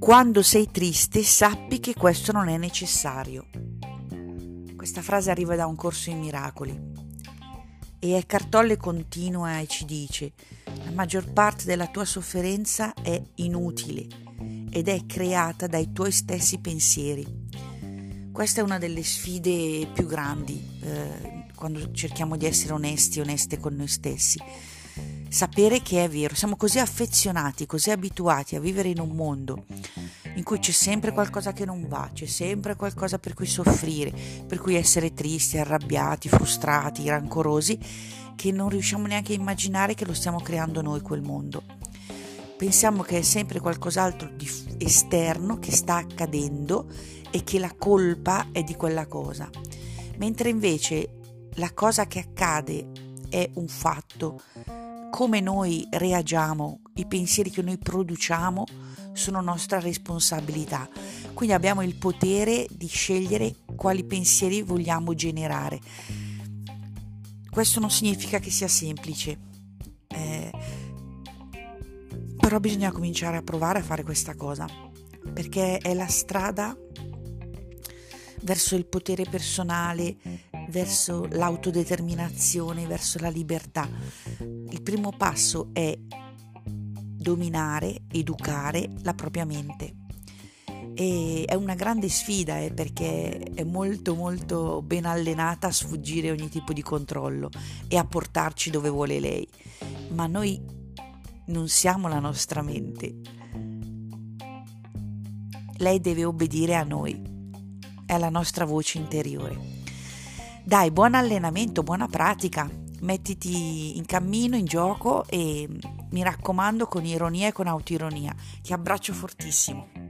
Quando sei triste, sappi che questo non è necessario. Questa frase arriva da un corso in miracoli e Eckhart Tolle continua e ci dice: la maggior parte della tua sofferenza è inutile ed è creata dai tuoi stessi pensieri. Questa è una delle sfide più grandi quando cerchiamo di essere oneste con noi stessi. Sapere che è vero, siamo così affezionati, così abituati a vivere in un mondo in cui c'è sempre qualcosa che non va, c'è sempre qualcosa per cui soffrire, per cui essere tristi, arrabbiati, frustrati, rancorosi, che non riusciamo neanche a immaginare che lo stiamo creando noi quel mondo. Pensiamo che è sempre qualcos'altro di esterno che sta accadendo e che la colpa è di quella cosa, mentre invece la cosa che accade è un fatto. Come noi reagiamo, i pensieri che noi produciamo sono nostra responsabilità, quindi abbiamo il potere di scegliere quali pensieri vogliamo generare. Questo non significa che sia semplice, però bisogna cominciare a provare a fare questa cosa, perché è la strada verso il potere personale, verso l'autodeterminazione, verso la libertà. Il primo passo è dominare, educare la propria mente. E è una grande sfida perché è molto molto ben allenata a sfuggire ogni tipo di controllo e a portarci dove vuole lei. Ma noi non siamo la nostra mente. Lei deve obbedire a noi, è la nostra voce interiore. Dai, buon allenamento, buona pratica, mettiti in cammino, in gioco e mi raccomando con ironia e con autoironia. Ti abbraccio fortissimo.